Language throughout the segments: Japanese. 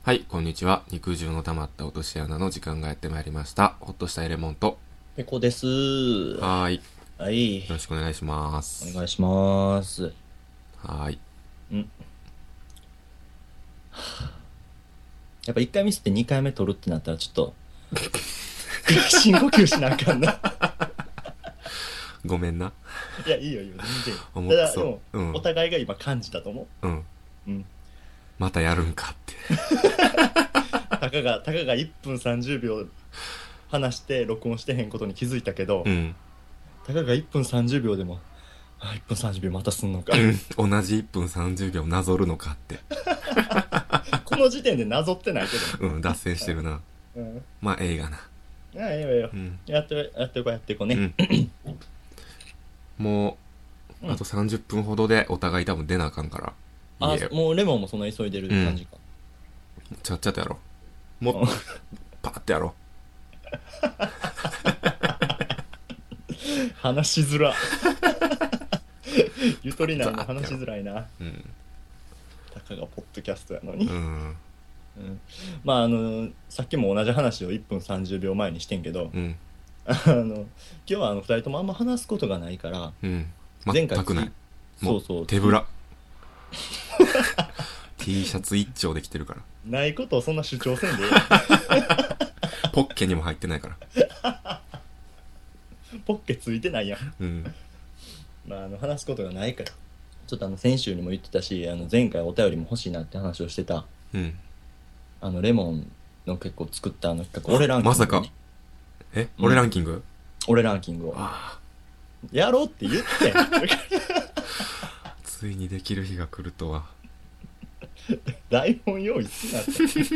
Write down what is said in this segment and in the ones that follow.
はい、こんにちは。肉汁の溜まった落とし穴の時間がやってまいりました。ほっとしたエレモンと。 ペコです。 はーい。よはい。 ろしくお願いします。 お願いします。 はーい。 んやっぱ一回ミスって二回目取るってなったらちょっと、深呼吸しなあかんな。 ごめんな。 いや、いいよいいよ、全然いい。 重くそただ、でも、 う。うん。 お互いが今感じたと思うん。 う。うん。 またやるんかって。 たかが1分30秒話して録音してへんことに気づいたけど、 うん。 たかが1分30秒でも、1分30秒またすんのか。 うん。同じ1分30秒なぞるのかって。 この時点でなぞってないけうん、脱線してるな。 ど。うん。 まあ、映画な。 いや、いいよいいよ。 うん。 やっていこうね。 うん。もう、あうん。 と30分ほどでお互い多分出なあかんから。 あ、 家、 もうレモンもそんな急いでるうん。 感じか。 ちゃっちゃとやろう。もっうん。 と、パーってやろ話しづら。ゆとりう。 ないの話しザーってやろづらいな。 う。うん。 たかがポッドキャストやのに。 うん。 うん。まあさっきも同じ話を1分30秒前にしてんけど、 うん。 今日は2人ともあんま話すことがないから、 うん。 前回全くない。もうそうそう、 手ぶら。T シャツ一丁で着てるから。 ないことをそんな主張せんでえポッケにも入ってないから。 え。ポッケついてないやん。 うん。 まあ話すことがないから。ちょっと先週にも言ってたし、前回お便りも欲しいなって話をしてた、 うん。 レモンの結構作った企画、俺ランキング、ね。 まさか。 うん。 俺ランキング。 俺ランキングを。 ああ。 やろうって言ってん。 ついにできる日が来るとは。 台本用意すなって。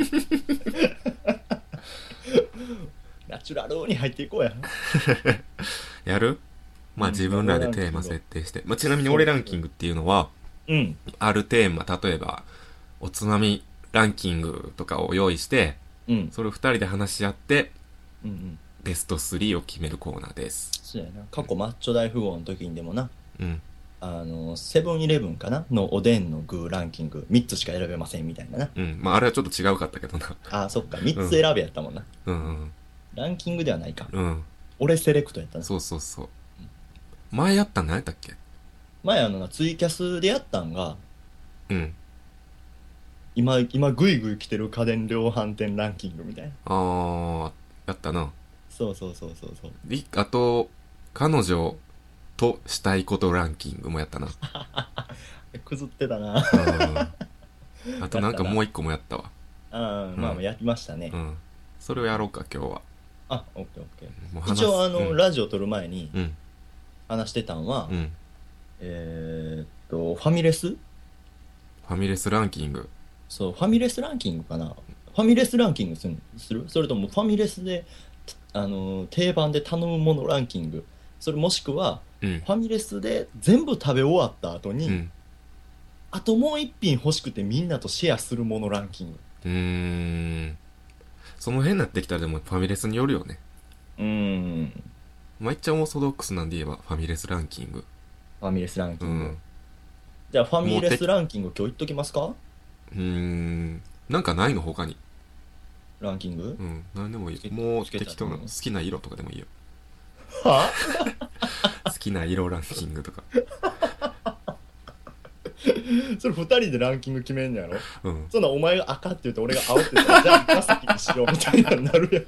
ナチュラルに入っていこうや。 やる。まあ自分らでテーマ設定して。まあちなみに俺ランキングっていうのは、 うん。 あるテーマ、例えば、おつまみランキングとかを用意して、 うん。 それを二人で話し合って、 うんうん。 ベスト3を決めるコーナーです。 そうやな。過去マッチョ大富豪の時にでもな、 うん。 セブンイレブンかなのおでんの具ランキング3つしか選べませんみたいなな。 うん。まああれはちょっと違うかったけどな。 あ、そっか。3 うん。 つ選べやったもんな。 うんうん。 ランキングではないか。 うん。 俺セレクトやったな。 そうそうそう。前やったん何やったっけ。 前ツイキャスでやったんが、 うん。 今グイグイ来てる家電量販店ランキングみたいな。 あー、やったな。 そうそうそうそうそう。 あと、彼女としたいことランキングもやったな。 くずってたな。 うん。あとやったな。 なんかもう一個もやったわ。 まあうん。 やりましたね。 うん。それをやろうか、今日は。 オッケーオッケー。 もう一応話す。うん。 ラジオ撮る前にうん。 話してたんは、 うん。 ファミレス。 ファミレスランキング。 そう、ファミレスランキングかな。ファミレスランキングするそれともファミレスで、定番で頼むものランキング。それもしくは、 うん。 ファミレスで全部食べ終わった後に、 うん。 あともう一品欲しくてみんなとシェアするものランキング。 うーん。その辺になってきたらでもファミレスによるよね。 うーん。 まあ、一応オーソドックスなんで言えばファミレスランキング。 ファミレスランキング。 うん。 じゃあファミレもうスランキング今日言っときますか。 なんかないの他に。 ランキングうん。なんでもいい。もうつけた適当な好きな色とかでもいいよ。 は好きな色ランキングとか。 それ二人でランキング決めんのやろ。 うん。 そんなお前が赤って言って俺が青って言ったらじゃあ紫にしようみたいなのになるやん。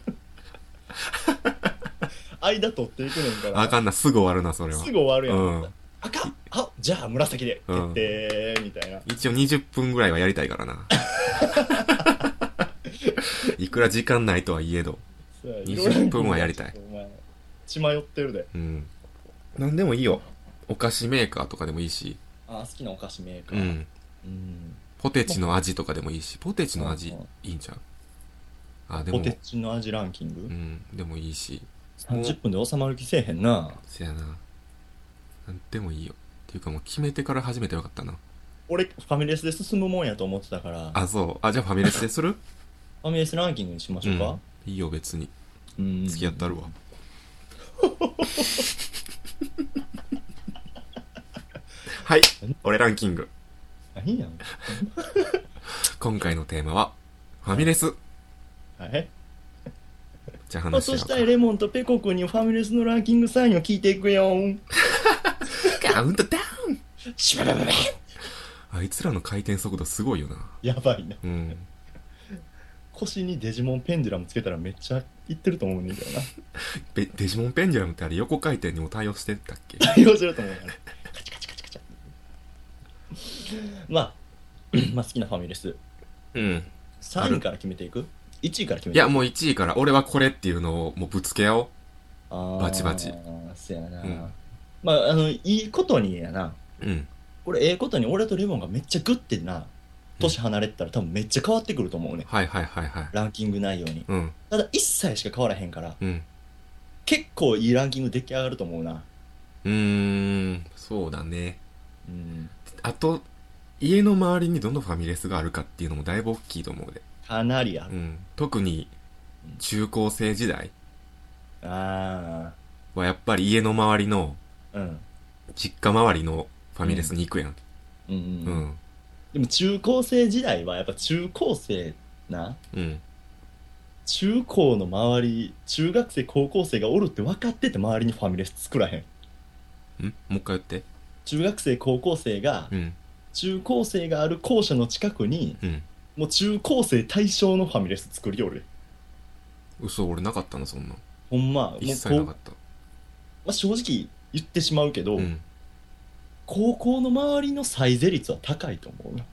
間取っていくねんからあかんな、すぐ終わるな、それは。 すぐ終わるやん、 うん。 赤じゃあ紫で決定みたいな。 一応20分ぐらいはやりたいからな。いくら時間ないとはいえど、 そうや 20分はやりたい。 お前血迷ってるで。 うん。なんでもいいよ。お菓子メーカーとかでもいいし、 好きなお菓子メーカー。 うん。 うんポテチの味とかでもいいし、ポテチの味うんいいんちゃう。あ、でポテも、 チの味ランキング、 うん、でもいいし、もう、 30分で収まる気せえへんな。 せやな。なんでもいいよ。っていうかもう決めてから始めてよかったな。 俺ファミレスで進むもんやと思ってたから、 あ、そう。あ、じゃあファミレスでする。 ファミレスランキングにしましょうか。 うん。いいよ、別に。 うん付き合ったるわ。はい。俺ランキング。 何やん。 今回のテーマは、 ファミレス。 はいじゃあ落話し合おうか。 としたいレモンとペコ君にファミレスのランキング3位を聞いていくよん。 カウントダウン。 シュババババン。 あいつらの回転速度すごいよな。 やばいな。 うん。 腰にデジモンペンデュラムつけたらめっちゃいってると思うねんけどな。 デジモンペンデュラムってあれ横回転にも対応してたっけ？ 対応すると思うから。カチカチカチカチ。まあ、まあ好きなファミレス。 うん。 3位から決めていく ?1 位から決めていく。 いや、もう1位から俺はこれっていうのをもうぶつけ合おう。バチバチ。 そやな、 うんまあいいことにやな、 うん。 これええことに俺とレモンがめっちゃグッてな年離れてたら多分めっちゃ変わってくると思うね、 はいはいはいはい。 ランキング内容に。 うん。 ただ一切しか変わらへんからうん。 結構いいランキング出来上がると思うな。 そうだね。 うんあと、家の周りにどのファミレスがあるかっていうのもだいぶ大きいと思うで。 かなりある、 うん。特に中高生時代あはやっぱり家の周りのあうん実家周りのファミレスに行くやん。 うんうん、 うん。 でも中高生時代はやっぱ中高生なうん。 中高の周り中学生高校生がおるって分かってて周りにファミレス作らへん。 もう一回言って。 中学生高校生が、 うん。 中高生がある校舎の近くにうん。 もう中高生対象のファミレス作りよる。 嘘、俺なかったな、そんな。 ほんまもう一切なかった。 まあ、正直言ってしまうけど、 うん。 高校の周りのサイゼ率は高いと思うな。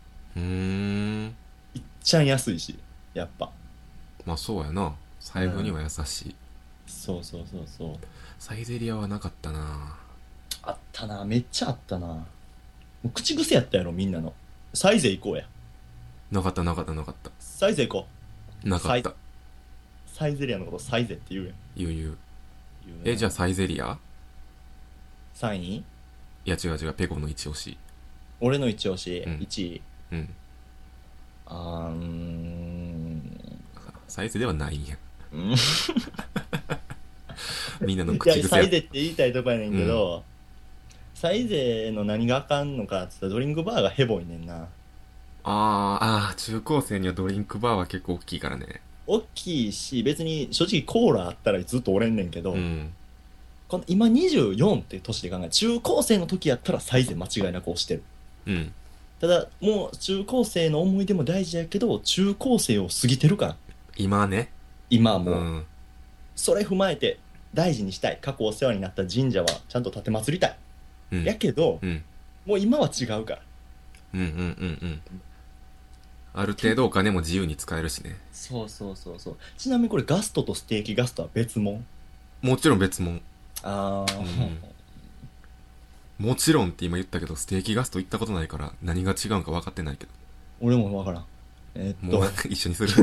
いっちゃん安いしやっぱ。 まあそうやな。財布には優しい。 そうそうそうそう。 サイゼリアはなかったな。 あったな、めっちゃあったな。もう口癖やったやろみんなの。サイゼ行こうや。 なかったなかったなかった。 サイゼ行こサイなかった。 サイゼリアのことサイゼって言うやん。 言う。 言うやんじゃあサイゼリア？ 3位いや違う違う、ペコの一押し。 俺の一押し、 うん 1位うん。サイゼではないんや。 うんみんなのいや口癖や。 サイゼって言いたいとこやねんけど、サイゼの何があかんのかっつったらドリンクバーがヘボいねんな。 中高生にはドリンクバーは結構大きいからね。 大きいし別に正直コーラあったらずっとおれんねんけど、 うん。 この今24っていう年で考え中高生の時やったらサイゼ間違いなく押してる。 うん。 ただもう中高生の思い出も大事やけど中高生を過ぎてるから今ね。 今はもう、 うん。 それ踏まえて大事にしたい。過去お世話になった神社はちゃんと立てまつりたい、 うん。 やけど、 うん。 もう今は違うから。 うん。ある程度お金も自由に使えるしね。 そう。ちなみにこれガストとステーキガストは別物？ もちろん別物。 ああ、 もちろんって今言ったけど、ステーキガスト行ったことないから何が違うんか分かってないけど。 俺もわからん。 もう一緒にする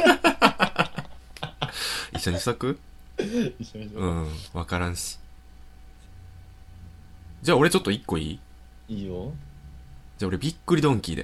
一緒にしとく？ 一緒にしよう。 うん。分からんし。じゃあ俺ちょっと一個いい？ いいよ。 じゃあ俺びっくりドンキーで。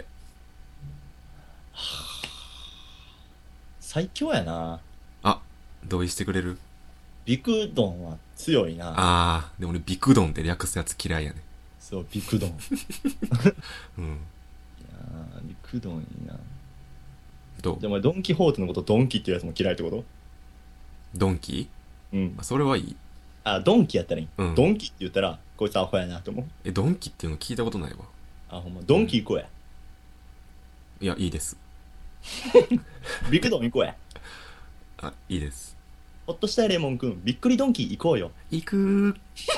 最強やな。 同意してくれる？ ビクドンは強いな。 でも俺ビクドンって略すやつ嫌いやね。 そうビクドン。いやうん。 ービクドンいいな。 どう？ じゃあお前ドンキホーテのことドンキっていうやつも嫌いってこと？ ドンキうんー？それはいい。 ドンキやったらいい、 うんドンキって言ったらこいつアホやなと思う。 ドンキっていうの聞いたことないわ。 ほんまドンキ行こうや、 いや、いいです。 ビクドン行こうや。 いいです。 ほっとしたいレモンくんびっくりドンキ行こうよ。 行く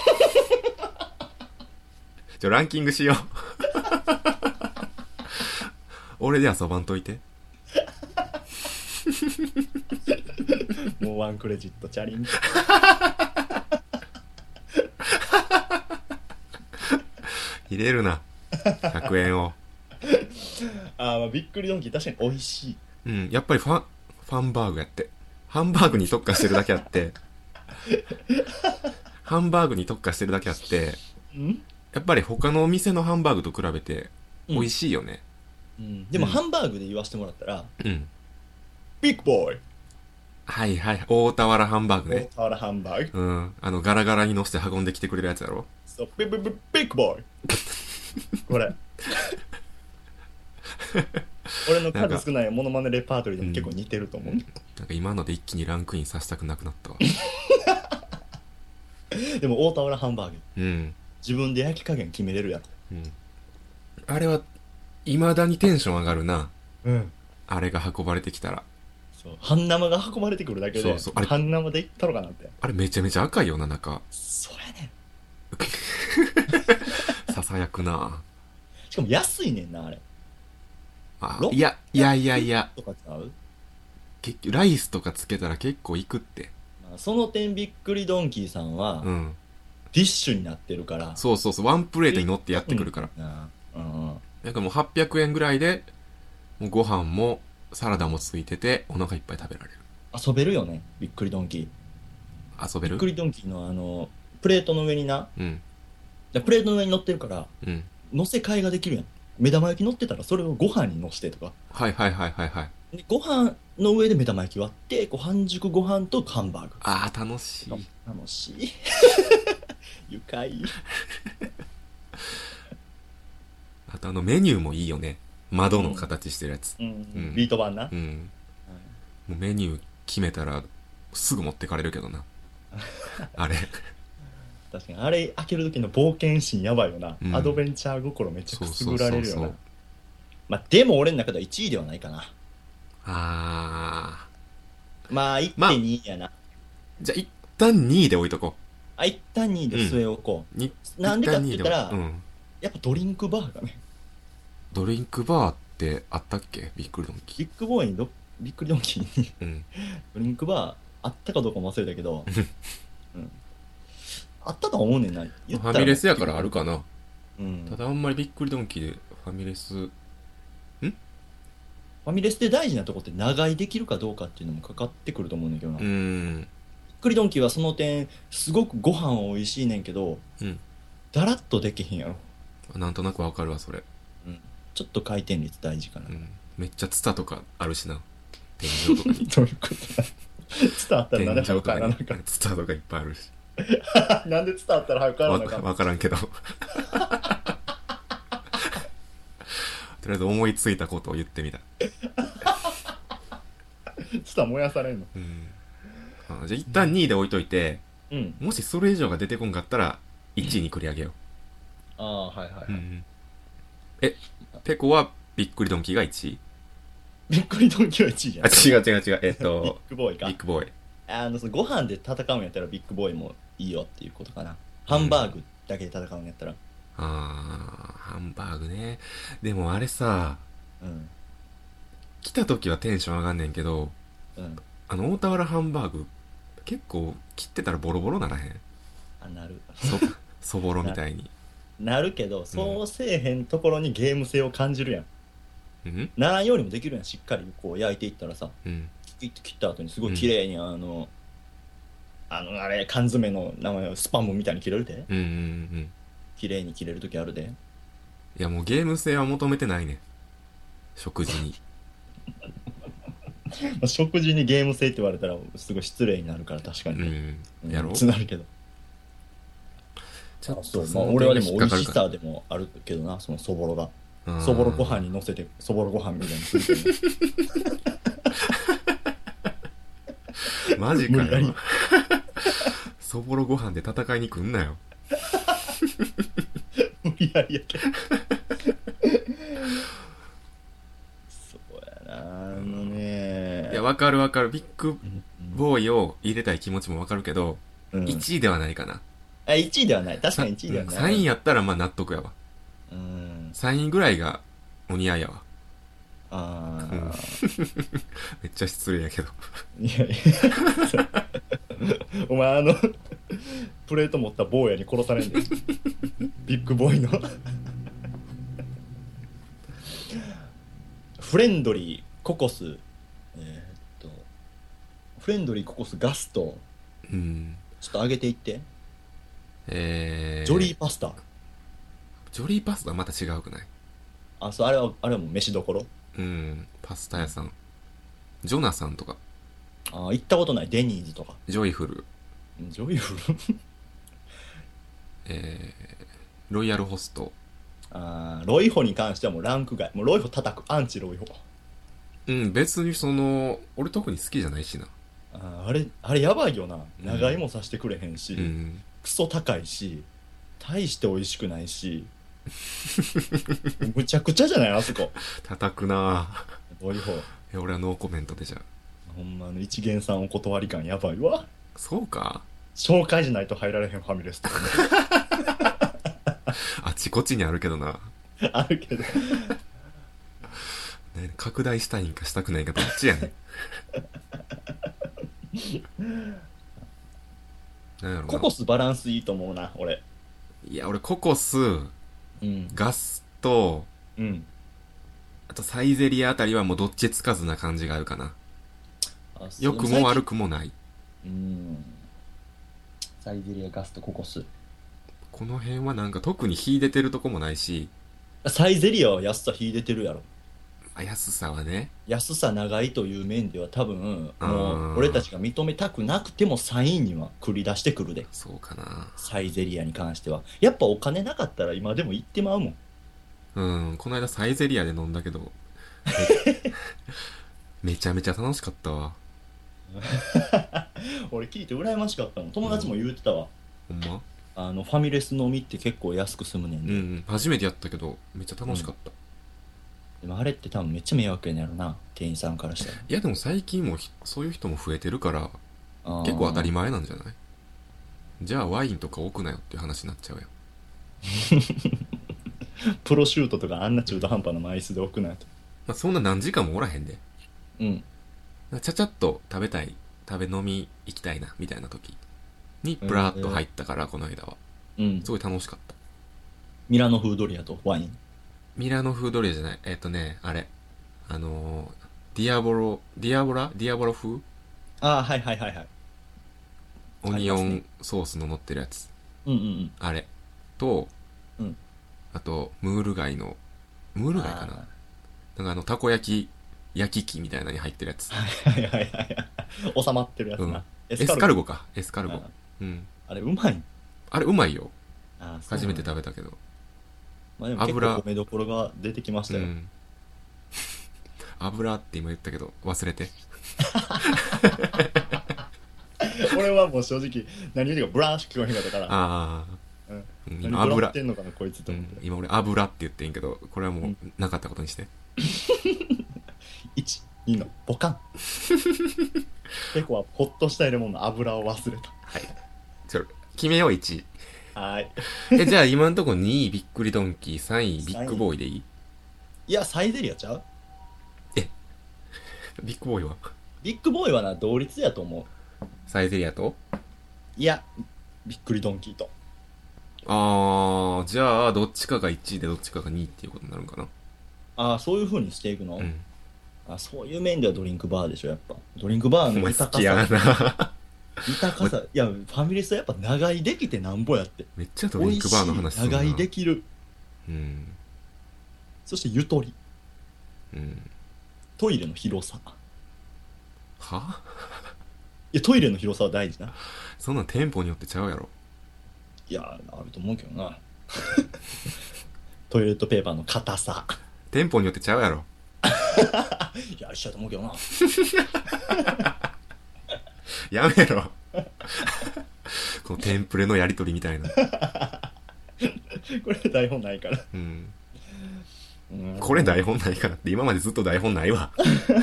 ー。ランキングしよう。俺で遊ばんといて。 もうワンクレジットチャリン。 入れるな。100円を。 まあびっくりドンキ確かに美味しい。 うん、やっぱりファンバーグやって。ハンバーグに特化してるだけあって。ハンバーグに特化してるだけあって、 んやっぱり他のお店のハンバーグと比べて美味しいよね。 でも、 うんハンバーグで言わせてもらったらうん。 ビッグボーイはいはい。大田原ハンバーグね。 大田原ハンバーグ。 うん。ガラガラに乗せて運んできてくれるやつやろ。 そうビッグボーイこれ俺のなんか数少ないモノマネレパートリーでも結構似てると思う、 なんか今ので一気にランクインさせたくなくなったわ。 でも大田原ハンバーグうん自分で焼き加減決めれるやろ。 うんあれは未だにテンション上がるな。 うん。 あれが運ばれてきたら。 そう半生が運ばれてくるだけで、 そうそうあれ半生でいったろかなって。 あれめちゃめちゃ赤いよな、中。 そうやねん。 ささやくな。 しかも安いねんな、あれ。ろいやとかちゃう？ 結局ライスとかつけたら結構いくって。 まあその点びっくりドンキーさんは、 うんディッシュになってるから。 そうそうそう、ワンプレートに乗ってやってくるから。 うんうん。 なんかもう800円ぐらいでもうご飯もサラダもついててお腹いっぱい食べられる。 遊べるよね、びっくりドンキー。 遊べる。 びっくりドンキーのプレートの上にな、 うんプレートの上に乗ってるから、 うん乗せ替えができるやん。目玉焼き乗ってたらそれをご飯に乗せてとか。 はいはいはいはいはい。 でご飯の上で目玉焼き割ってこう半熟ご飯とハンバーグ。 あー楽しい。 楽しい。愉快。 あとメニューもいいよね。窓の形してるやつ。 うんうんビート板な、 うんもうメニュー決めたらすぐ持ってかれるけどな。あれ確かにあれ開ける時の冒険心やばいよな、 うんアドベンチャー心めっちゃくすぐられるよな。 そうそうそうそう。 まあでも俺の中では1位ではないかな。 あまあ1.2やな、 ーじゃあ一旦2位で置いとこ一旦2位で据え置こう、 う。 なんでかって言ったら一旦2位でうんやっぱドリンクバーがね、 ドリンクバーってあったっけ、ビックリドンキビッグボーイにビックリドンキーにー。うんドリンクバーあったかどうかも忘れたけど、うん、あったとは思うねんな。言ったらファミレスやからあるかな。 うん、 ただあんまりびっくりドンキーでファミレスファミレスで大事なとこって長居できるかどうかっていうのもかかってくると思うんだけどな、 うーびっんくりドンキーはその点すごくご飯は美味しいねんけどうんだらっとできへんやろ、 なんとなくわかるわそれ。 うん、ちょっと回転率大事かな、 うんめっちゃツタとかあるしな、天井とかに。 どういうことだ伝わったらなんで早く帰天井とからになあかんツタとかいっぱいあるし。 なんで伝わったら早く帰らなあかんわからんけど。とりあえず思いついたことを言ってみた。 伝燃やされんの。 じゃあ一旦2位で置いといて、 うんもしそれ以上が出てこんかったら1位に繰り上げよああはいはい、 う。ペコはびっくりドンキーが1位。 びっくりドンキーは1位じゃん。 違う。 ビッグボーイかビッグボーイ。 そのご飯で戦うんやったらビッグボーイもいいよっていうことかな。ハンバーグだけで戦うんやったらハンバーグね。でもあれさ、 うん来た時はテンション上がんねんけど、 うん大田原ハンバーグ結構切ってたらボロボロならへん。 なるそぼろみたいに。 なるけどそうせえへんところにゲーム性を感じるやん。 うんならんようにもできるやん。しっかりこう焼いていったらさ、 うん切った後にすごい綺麗にあれ缶詰の名前スパムみたいに切れるで、 うん綺麗に切れる時あるで。 いやもうゲーム性は求めてないねん、食事に。 まあ食事にゲーム性って言われたらすごい失礼になるから確かに、 やろう。 つなるけどちょっそう、 とそのまあ、俺はでも点に引っかかるか美味しさでもあるけどな、そのそぼろがそぼろご飯に乗せてそぼろご飯みたいにするけど、ね、 マジか無理やりよ。そぼろご飯で戦いに来んなよ。 無理やりやけどそうやなねいやわかるビッグうんボーイを入れたい気持ちもわかるけど、 うん、 1位ではないかな。 あ1位ではない、確かに1位ではない、 3位やったらまあ納得やわ。 うん 3位ぐらいがお似合いやわ。 ああ、 めっちゃ失礼やけど。 いやいやお前プレート持った坊やに殺されんでビッグボーイのフレンドリーココスフレンドリーココスガストうんちょっと上げていって、 ジジョリーパスタ。 ジョリーパスタはまた違うくない？ そうあれはもう飯どころ。 パスタ屋さん。ジョナサンとか行ったことない。デニーズとかジョイフル、 ジョイフルロイヤルホスト。 ロイホに関してはもうランク外。もうロイホ叩くアンチロイホ。 うん、別にその、俺特に好きじゃないしな。 あれやばいよな。長芋さしてくれへんし、 うん。 クソ高いし、大して美味しくないし、むちゃくちゃじゃないあそこ。 叩くなぁ。 おいほう。 俺はノーコメントでじゃあ。 ほんまの一元さんお断り感やばいわ。 そうか。 紹介じゃないと入られへんファミレスとかあちこちにあるけどな。 ねあるけど。 ね、拡大したいんかしたくないんかどっちやねん。なんやろな。 ココスバランスいいと思うな、俺。 いや、俺ココス、 うん。 ガスと、 うん。 あとサイゼリアあたりはもうどっちつかずな感じがあるかな。 そう良くも悪くもない。 うん。サイゼリアガスとココス。 この辺はなんか特に秀でてるとこもないし、 サイゼリアは安さ秀でてるやろ。 まあ安さはね。 安さ長いという面では多分、 あもうー俺たちが認めたくなくても3位には繰り出してくるで。 そうかな。 サイゼリアに関しては。やっぱお金なかったら今でも行ってまうもん。 うん、この間サイゼリアで飲んだけど、めちゃめちゃ楽しかったわ。 俺聞いて羨ましかったもん。友達も言うてたわ。 ほんま。 ファミレス飲みって結構安く済むねんで。 うんうん、初めてやったけど、めっちゃ楽しかった。 でもあれって多分めっちゃ迷惑やねやろな。店員さんからしたら。 いやでも最近もそういう人も増えてるから、 あー結構当たり前なんじゃない？じゃあワインとか多くなよっていう話になっちゃうやん。 プロシュートとかあんな中途半端な枚数で置くなと。 まあ、そんな何時間もおらへんで。 うん。 ちゃちゃっと食べたい、食べ飲み行きたいな、みたいな時に、プラーっと入ったから、この間は。 うんす。ごい楽しかった。 ミラノフードリアとワイン。 ミラノフードリアじゃない。あれ。ディアボロ、ディアボラディアボロ風ああ、はいはいはいはい。 オニオンありますねソースの乗ってるやつ。 うんうんあれ。と、 うん。うん。 あと、ムール貝の、ムール貝かな、なんかたこ焼き、焼き器みたいなのに入ってるやつ。 はいはいはいはい。収まってるやつうんな。。 エスカルゴか。エスカルゴあ。 うん。 あれうまい。 あれうまいよ。 ああ、そう初めてだ。 食べたけど。 まあでも結油構米どころが出てきましたよ。 うん。油って今言ったけど、忘れて。 俺はもう正直何言うてるかブラーンしか聞こえへんかったから。 ああ。 うん。 うん何今油ブラってんのかなこいつと思って。 今俺油って言ってんけど、これはもうなかったことにして。 1、2のボカン。結構はホッとした入れ物の油を忘れた。 はい。決めよう1位。 はじゃあ今んとこ2位びっくりドンキー、3位ビッグボーイでいい？ いや、サイゼリアちゃう？ ビッグボーイはビッグボーイはな、同率やと思う。 サイゼリアと？ いや、びっくりドンキーと。 じゃあどっちかが1位でどっちかが2位っていうことになるんかな。 ああ、そういう風にしていくの？ うん。 そういう面ではドリンクバーでしょ、やっぱ。ドリンクバーお前好の豊かきやさ。 な。 豊かさ。いや、ファミレスはやっぱ長居できてなんぼやって。 めっちゃドリンクバーの話するな。 長居できる。 うん。 そしてゆとり。 うん。 トイレの広さ。 はいや、トイレの広さは大事な。 そんなん店舗によってちゃうやろ。 いや、あると思うけどな。トイレットペーパーの硬さ。 店舗によってちゃうやろ。 いや、一緒だと思うけどな。 やめろ。このテンプレのやりとりみたいな。 これ台本ないから。 うん。 うんこれ台本ないからって今までずっと台本ないわ。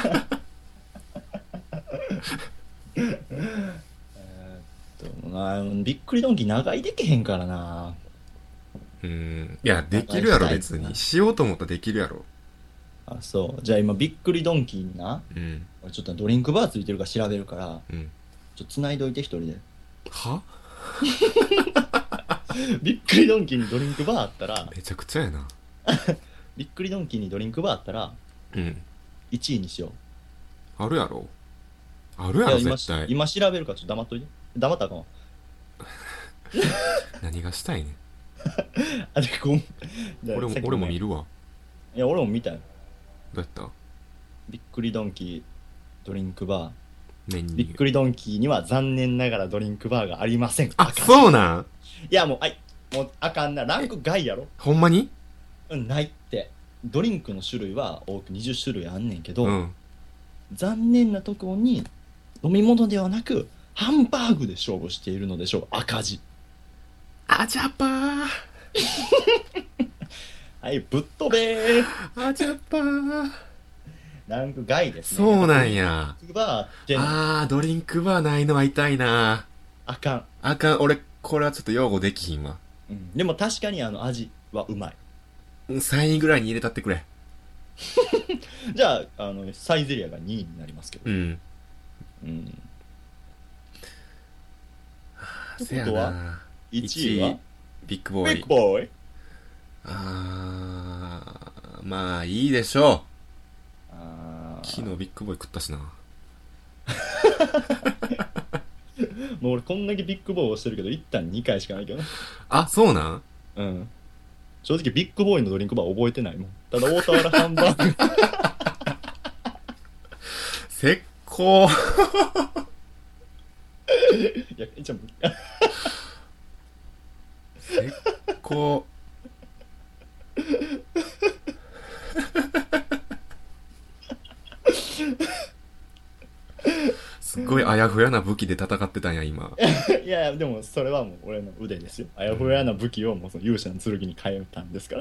びっくりドンキー長居できへんからな。 うん。いや、できるやろ別に。しようと思ったらできるやろ。 あ、そう。じゃあ今、びっくりドンキーにな、 うん。 俺ちょっとドリンクバーついてるか調べるから、 うん。 ちょっと繋いどいて一人で。 はびっくりドンキーにドリンクバーあったら、 めちゃくちゃやな。 びっくりドンキーにドリンクバーあったら、 うん。 1位にしよあるやろ。あるう。 やろいや、 絶対。 今調べるからちょっと黙っといて。黙ったらあかんわ。 何がしたいねん。 あ、で、ごめん。じゃあさっき俺も見るわ。 いや、俺も見たよ。 どうやった？ びっくりドンキードリンクバメニュー。 ー。びっくりドンキーには残念ながらドリンクバーがありません。 あ、 かんそうなん？ いや、もう、もうあかんな。ランク外やろ。 ほんまに？ うん、ないって。ドリンクの種類は多く20種類あんねんけど、 うん。 残念なところに飲み物ではなくハンバーグで勝負しているのでしょう。赤字。 アジャパー。 はい、ぶっ飛べー。 アジャパー。 ランク外ですね。 そうなんや。 ドリンクバーあってんのドリンクバーないのは痛いな。 あかん。 あかん、俺、これはちょっと擁護できひんわ。 でも確かに味はうまい。 3位ぐらいに入れたってくれ。 じゃあ、サイゼリアが2位になりますけど。 うん。 うん。 せやってことはな。 1位はビッグボーイ。 ビッグボーイ。 まあ、いいでしょあう。昨日ビッグボーイ食ったしな。 もう俺こんだけビッグボーイをしてるけど、一旦2回しかないけどね。 あ、そうなん？ うん。正直ビッグボーイのドリンクバー覚えてないもん。ただ大田原ハンバーグ。 石膏。 いや、じゃ石膏。すっごいあやふやな武器で戦ってたんや、今。 いやいや、でもそれはもう俺の腕ですよ。あやふやな武器をもうその勇者の剣に変えたんですから。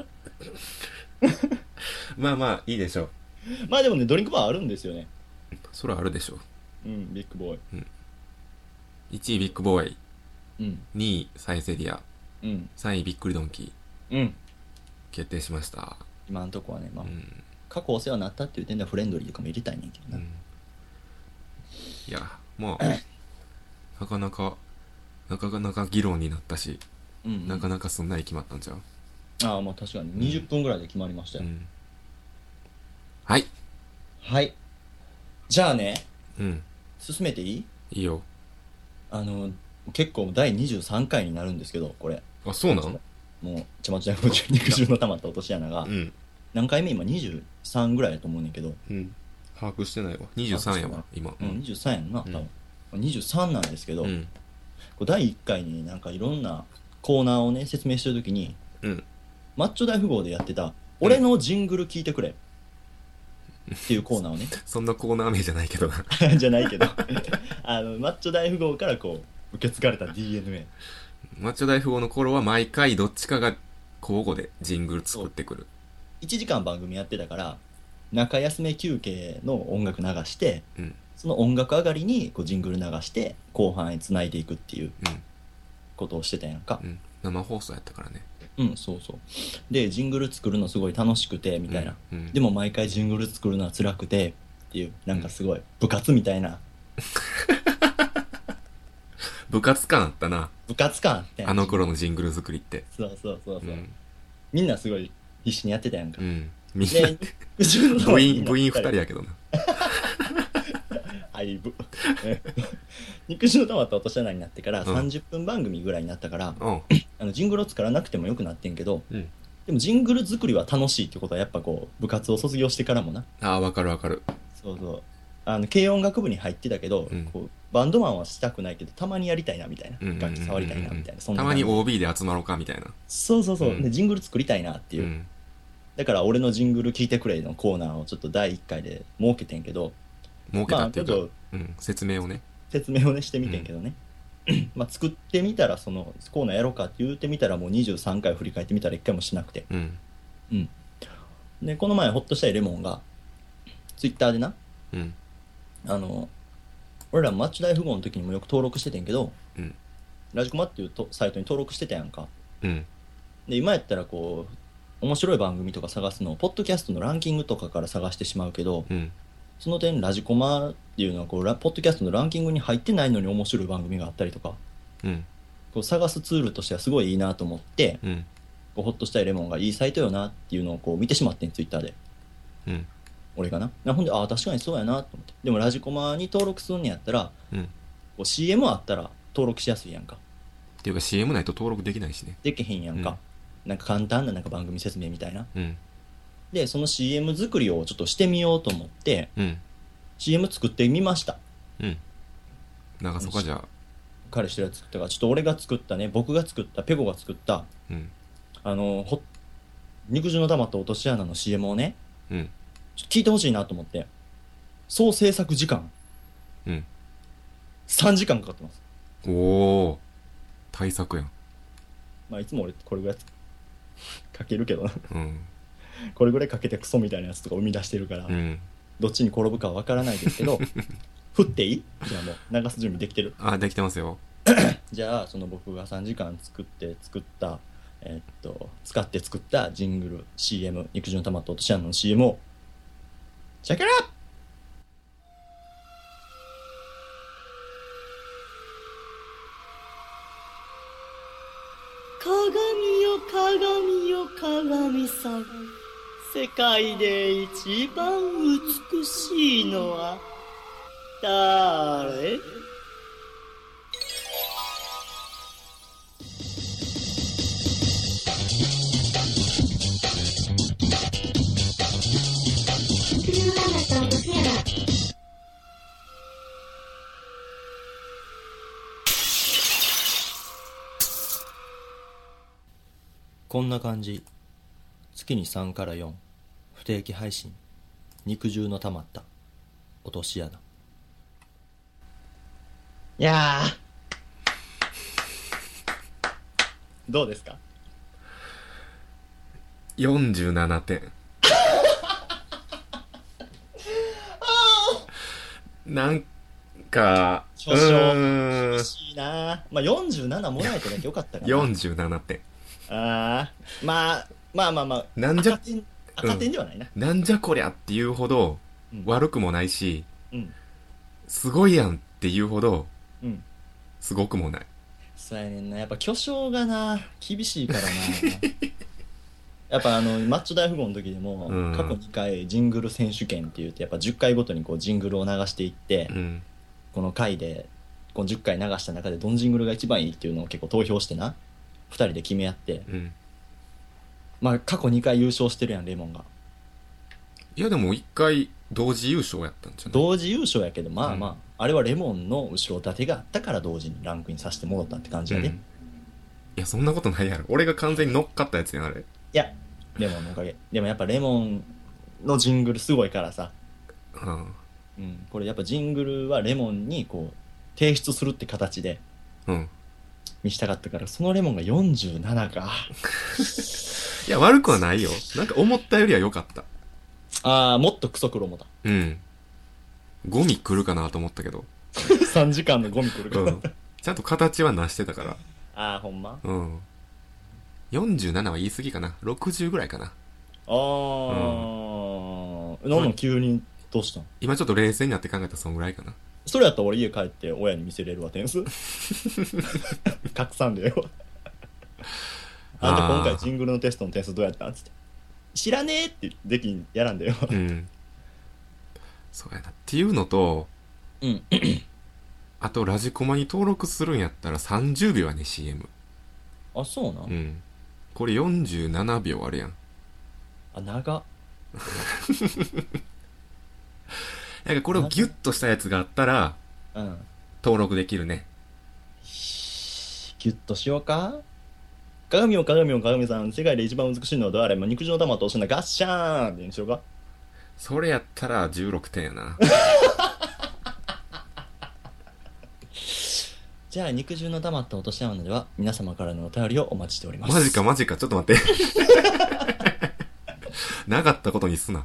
まあまあ、いいでしょう。 まあでもね、ドリンクバーあるんですよね。 それあるでしょう。 うん、ビッグボーイ。 1位ビッグボーイ、 うん。 2位サイゼリア、 うん。 3位びっくりドンキー、 うん。 決定しました。 今んとこはね、まあ、 うん。 過去お世話になったっていう点ではフレンドリーとかも入れたいねんけどな。 いや、まあ、なかなか議論になったし、 うん。 なかなかすんなり決まったんちゃう？ ああ、まあ確かに20分ぐらいで決まりましたよ。 はい。 はい。じゃあね、 うん。 進めていい？ いいよ。 結構第23回になるんですけど、これ。 あ、そうなん？ もう、ちまちま肉汁の溜まった落とし穴が、 うん。 何回目今23ぐらいだと思うねんけど、 うん。把握してないわ。23やわ、今。 うん、23やんな、多分。23なんですけど、 うん。 こう第1回になんかいろんなコーナーをね、説明してるときに、 うん。 マッチョ大富豪でやってた、俺のジングル聞いてくれ。っていうコーナーをね、 そんなコーナー名じゃないけどな。 じゃないけど、マッチョ大富豪からこう、受け継がれた DNA。 マッチョ大富豪の頃は毎回どっちかが交互でジングル作ってくる。 1時間番組やってたから、中休め休憩の音楽流して、 うん。 その音楽上がりにこうジングル流して後半へ繋いでいくっていううん。 ことをしてたやんか。 うん。生放送やったからね。 うん、そうそう。で、ジングル作るのすごい楽しくてみたいな、 うん。 でも毎回ジングル作るのは辛くてっていう、なんかすごい部活みたいな、 部活感あったな。 部活感あってんあの頃のジングル作りって。 そうそうそうそう、 うん。 みんなすごい必死にやってたやんか、 うん。みんでな、部員2人ややけどな。 相部肉汁の溜まった落とし穴になってからうん 30分番組ぐらいになったから、 うん。 ジングルを作らなくてもよくなってんけど、 うん。 でもジングル作りは楽しいってことはやっぱこう部活を卒業してからもな、 ああ、わかるわかる。 そうそう、軽音楽部に入ってたけど、 うんこうバンドマンはしたくないけどたまにやりたいなみたいな、 うんうんうんうん楽器触りたいなみたいな、そんなたまに感じ OB で集まろうかみたいな。 そうそうそう、 うんでジングル作りたいなっていう、 うん。 だから俺のジングル聞いてくれのコーナーをちょっと第1回で設けてんけど、 儲けたっていうか、 ちょっと説明をね。 説明をねしてみてんけどね、まあ作ってみたらそのコーナーやろうかって言ってみたらもう23回振り返ってみたら1回もしなくて、 うん。 でこの前ホッとしたいレモンがツイッターでな、 うん。 俺らマッチ大富豪の時にもよく登録しててんけど、 うん。 ラジコマっていうサイトに登録してたやんか。 うん。 で今やったらこう面白い番組とか探すのをポッドキャストのランキングとかから探してしまうけど、 うん。 その点ラジコマっていうのはこうポッドキャストのランキングに入ってないのに面白い番組があったりとか、 うん。 こう探すツールとしてはすごいいいなと思って、 うん。 こうホッとしたいレモンがいいサイトよなっていうのをこう見てしまってん、ツイッターで。 うん。 俺がな。ほんで、確かにそうやなと思って。でもラジコマに登録するんやったら、 うん。 こう CM あったら登録しやすいやんか。 っていうか CM ないと登録できないしね。 できへんやんか。なんか簡単ななんか番組説明みたいな。 うん。 で、その CM 作りをちょっとしてみようと思って、 うん。 CM 作ってみました。 うん。なんかそこはじゃあ、 彼氏が作ったから、ちょっと俺が作ったね、僕が作った、ペコが作った、 うん。 肉汁の溜まった落とし穴の CM をね、 うん。 ちょっと聞いてほしいなと思って。 総制作時間うん 3時間かかってます。 おお対策やん。 まあいつも俺これぐらいかけるけどな。 うんこれぐらいかけてクソみたいなやつとか生み出してるから、 うんどっちに転ぶかは分からないですけど振っていい？じゃあもう流す準備できてる？ あできてますよ。 じゃあその僕が3時間作った使って作ったジングル CM 肉汁の玉と落とし穴の CM をチェックラップ。鏡よ鏡よ鏡さん、世界で一番美しいのは誰？こんな感じ。月に3から4不定期配信。肉汁の溜まった落とし穴。いやーどうですか 47点。なんか少々厳しいな。まあ47もらえてなきゃよかったかな。 47点。 あーまあなんじゃ赤点ではないな。 なんじゃこりゃっていうほどうん悪くもないし、 うんすごいやんっていうほどうんすごくもない。 そうやねんな。やっぱ巨匠がな厳しいからなやっぱマッチョ大富豪の時でも、 うん過去2回ジングル選手権って言ってやっぱ10回ごとにこうジングルを流していって、 うんこの回でこの10回流した中でどのジングルが一番いいっていうのを結構投票してな2人で決め合って、 うんまあ過去2回優勝してるやんレモンが。 いやでも1回同時優勝やったんじゃない？ 同時優勝やけどまあまあ、あれはレモンの後ろ盾があったから同時にランクインさせてもらったって感じやで、 いやそんなことないやろ。俺が完全に乗っかったやつやんあれ。 いやレモンのおかげ。でもやっぱレモンのジングルすごいからさ、これやっぱジングルはレモンにこう提出するって形でうん見したかったから、そのレモンが47かいや悪くはないよ。なんか思ったよりは良かった。 あーもっとクソ黒もだうんゴミ来るかなと思ったけど 3時間のゴミ来るから、 ちゃんと形はなしてたからああほんま 47は言い過ぎかな。60ぐらいかな。 なんなん急にどうしたん？ 今ちょっと冷静になって考えたらそんぐらいかな。 それやったら俺家帰って親に見せれるわ点数拡散でよあんた今回ジングルのテストの点数どうやったんつって知らねえってできんやらんだよそうやなっていうのとあとラジコマに登録するんやったら30秒やね CM。 あそうな、 これ47秒あるやん。 あ長っなんかこれをギュッとしたやつがあったら登録できるね。 ギュッとしようか。鏡よ鏡よ鏡さん、世界で一番美しいのは誰？肉汁の玉とおしなガッシャーンってにしようか。 それやったら16点やなじゃあ肉汁の玉と落とし穴では皆様からのお便りをお待ちしております。 マジかマジか、ちょっと待ってなかったことにすな。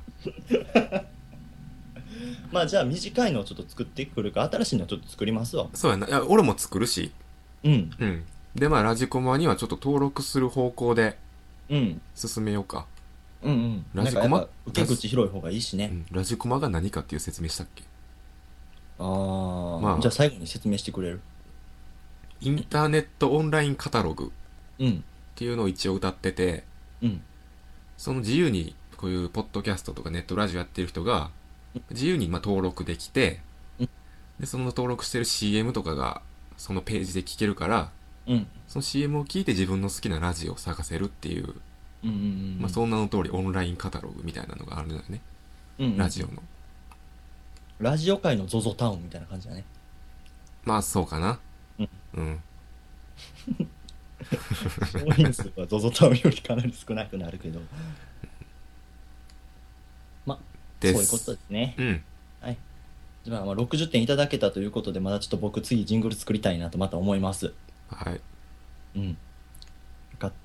まあじゃあ短いのをちょっと作ってくるか、新しいのをちょっと作りますわ。 そうやな。いや俺も作るし。 うんでまあラジコマにはちょっと登録する方向で進めようか。ラジコマなんかやっぱ受け口広い方がいいしね。 ラジコマが何かっていう説明したっけ？ まあじゃあ最後に説明してくれる？ インターネットオンラインカタログっていうのを一応歌ってて、その自由にこういうポッドキャストとかネットラジオやってる人が自由にまあ登録できて、でその登録してる CM とかがそのページで聞けるから、その CM を聞いて自分の好きなラジオを探せるっていう、まあそんなの通りオンラインカタログみたいなのがあるのよね。ラジオのラジオ界の ZOZO タウンみたいな感じだね。 まあそうかな。 商品数は ZOZO タウンよりかなり少なくなるけど、まあそういうことですね。はい。 じゃあ、60点いただけたということで、まだちょっと僕次ジングル作りたいなとまた思います。 はい。 うん。よかった。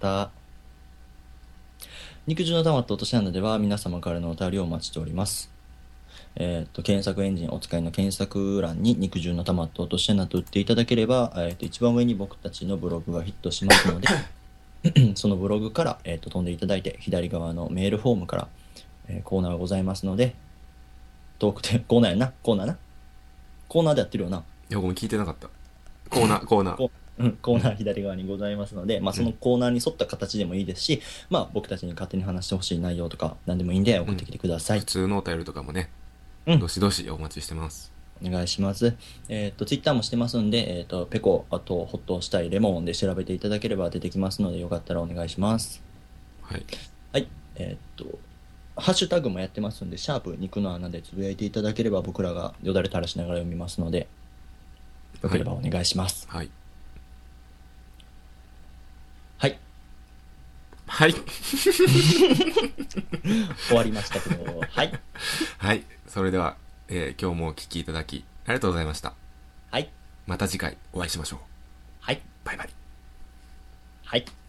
肉汁の玉と落とし穴では皆様からのお便りをお待ちしております。検索エンジンお使いの検索欄に肉汁の玉と落とし穴と打っていただければ、一番上に僕たちのブログがヒットしますので、そのブログから、飛んでいただいて、左側のメールフォームから、コーナーがございますので、トークテコーナーやな、コーナーな。コーナーでやってるよな。 いや、ごめん、聞いてなかった。コーナー、コーナー。 コーナー左側にございますので、そのコーナーに沿った形でもいいですし、僕たちに勝手に話してほしい内容とか何でもいいんで送ってきてください。 普通のお便りとかもね、どしどしお待ちしてます。 お願いします。ツイッターもしてますんで、ペコ、あと、ホッとしたいレモンで調べていただければ出てきますので、よかったらお願いします。 はい。 はい。ハッシュタグもやってますんで、シャープ肉の穴でつぶやいていただければ僕らがよだれ垂らしながら読みますので、よければお願いします。 はい。 はい。 はい。 終わりましたけど、はい。 はい。それでは、今日もお聞きいただき、ありがとうございました。 はい。 また次回お会いしましょう。 はい。 バイバイ。 はい。